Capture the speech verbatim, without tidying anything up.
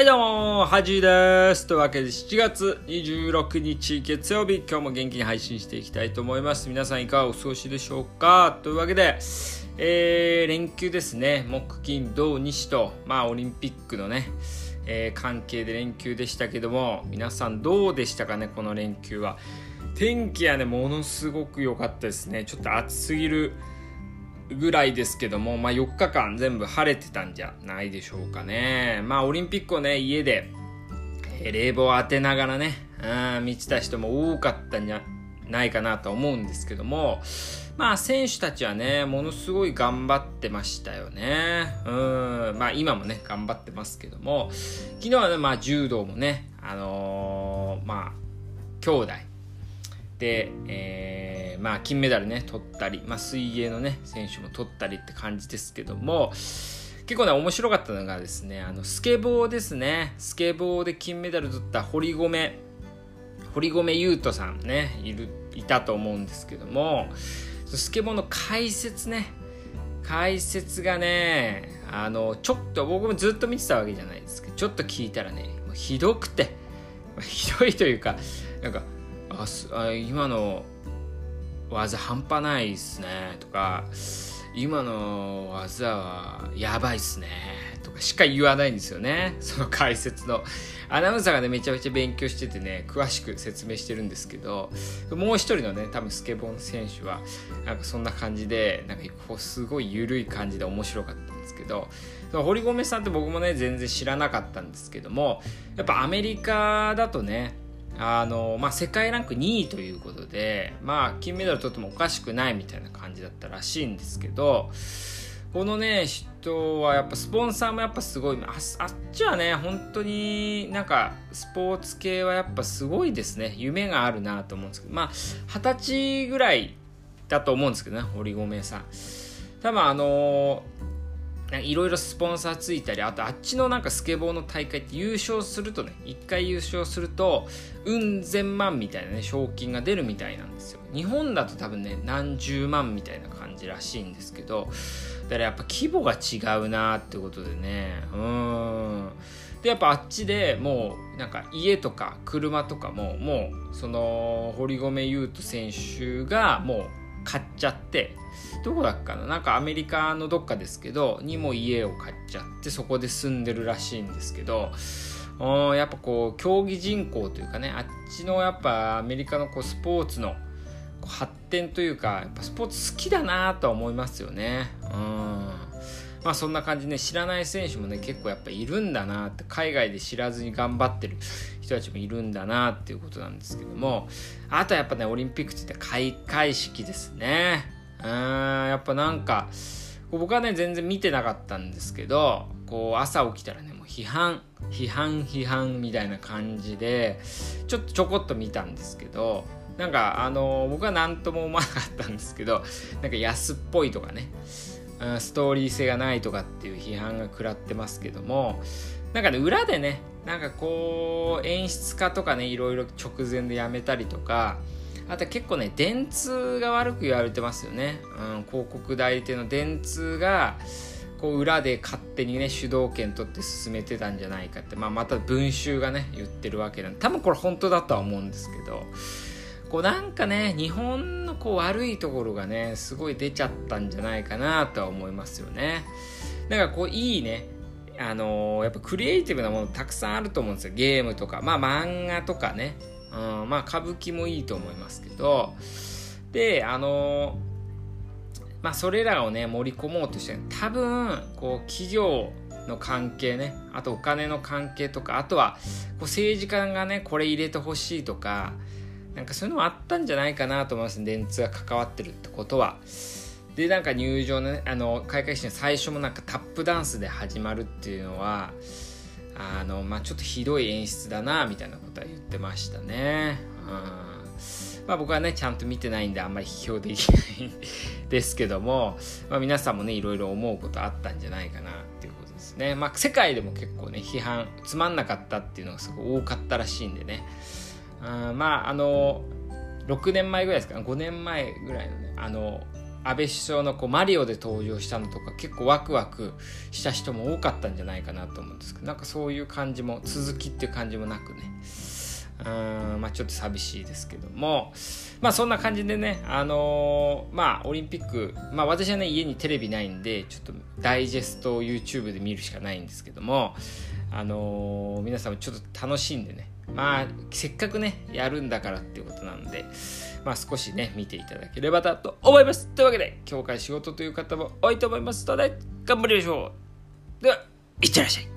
はいどうもはじです。というわけでしちがつにじゅうろくにち月曜日、今日も元気に配信していきたいと思います。皆さんいかがお過ごしでしょうか。というわけで、えー、連休ですね。木金土日と、まあオリンピックのね、えー、関係で連休でしたけども、皆さんどうでしたかね、この連休は。天気はねものすごく良かったですね。ちょっと暑すぎるぐらいですけども、まあ、よっかかん全部晴れてたんじゃないでしょうかね。まあオリンピックをね家で冷房を当てながらね、うん、見てた人も多かったんじゃないかなと思うんですけども、まあ選手たちはねものすごい頑張ってましたよね。うん、まあ今もね頑張ってますけども、昨日はねまあ柔道もねあのー、まあ兄弟で、えー、まあ金メダルね取ったり、まあ、水泳のね選手も取ったりって感じですけども、結構ね面白かったのがですね、あのスケボーですね。スケボーで金メダル取った堀米堀米雄斗さんねいるいたと思うんですけども、スケボーの解説ね解説がねあのちょっと僕もずっと見てたわけじゃないですけど、ちょっと聞いたらねひどくて、ひどいというかなんかああ今の技半端ないっすねとか、今の技はやばいっすねとかしか言わないんですよね。その解説のアナウンサーがねめちゃめちゃ勉強しててね詳しく説明してるんですけど、もう一人のね多分スケボーの選手はなんかそんな感じで、なんかこうすごい緩い感じで面白かったんですけど、堀米さんって僕もね全然知らなかったんですけども、やっぱアメリカだとねあのまあ、世界ランクにいということで、まあ、金メダル取ってもおかしくないみたいな感じだったらしいんですけど、このね人はやっぱスポンサーもやっぱすごい あ, あっちはね本当になんかスポーツ系はやっぱすごいですね。夢があるなと思うんですけど、まあ二十歳ぐらいだと思うんですけどね堀米さん。多分あのいろいろスポンサーついたり、あとあっちのなんかスケボーの大会って優勝するとねいっかい優勝するとうん千万みたいなね賞金が出るみたいなんですよ。日本だと多分ね何十万みたいな感じらしいんですけど、だからやっぱ規模が違うなってことでね、うーんでやっぱあっちでもうなんか家とか車とかももうその堀米雄斗選手がもう買っちゃって、どこだっかな、なんかアメリカのどっかですけどにも家を買っちゃってそこで住んでるらしいんですけど、やっぱこう競技人口というかね、あっちのやっぱアメリカのこうスポーツの発展というかやっぱスポーツ好きだなとは思いますよね。うんまあそんな感じね、知らない選手もね結構やっぱいるんだなって、海外で知らずに頑張ってる人たちもいるんだなっていうことなんですけども、あとはやっぱねオリンピックって言って開会式ですね。うんやっぱなんか僕はね全然見てなかったんですけど、こう朝起きたらねもう批判批判批判みたいな感じでちょっとちょこっと見たんですけど、なんかあの僕は何とも思わなかったんですけど、なんか安っぽいとかねストーリー性がないとかっていう批判が食らってますけども、なんかね裏でねなんかこう演出家とかねいろいろ直前でやめたりとか、あと結構ね電通が悪く言われてますよね。うん、広告代理店の電通がこう裏で勝手にね主導権取って進めてたんじゃないかって、まあ、また文集がね言ってるわけなんで、多分これ本当だとは思うんですけど、こうなんかね日本のこう悪いところがねすごい出ちゃったんじゃないかなとは思いますよね。なんかこういいねあのー、やっぱクリエイティブなものたくさんあると思うんですよ。ゲームとかまあ漫画とかね、うん、まあ歌舞伎もいいと思いますけど、であのー、まあそれらをね盛り込もうとして多分こう企業の関係ね、あとお金の関係とか、あとはこう政治家がねこれ入れてほしいとか、なんかそういうのもあったんじゃないかなと思います。電通が関わってるってことは。でなんか入場のねあの開会式の最初もなんかタップダンスで始まるっていうのはあのまあちょっとひどい演出だなみたいなことは言ってましたね。うんまあ僕はねちゃんと見てないんであんまり批評できないですけども、まあ、皆さんもねいろいろ思うことあったんじゃないかなっていうことですね。まあ世界でも結構ね批判つまんなかったっていうのがすごい多かったらしいんでね、あまああのろくねんまえぐらいですか、ごねんまえぐらいのねあの安倍首相のこうマリオで登場したのとか結構ワクワクした人も多かったんじゃないかなと思うんですけど、なんかそういう感じも続きっていう感じもなくね、うーんまあちょっと寂しいですけども、まあそんな感じでね、あのー、まあオリンピック、まあ私はね家にテレビないんでちょっとダイジェストを YouTube で見るしかないんですけども、あのー、皆さんもちょっと楽しんでね、まあせっかくねやるんだからっていうことなんで、まあ少しね見ていただければと思います。というわけで今日から仕事という方も多いと思いますので頑張りましょう。ではいってらっしゃい。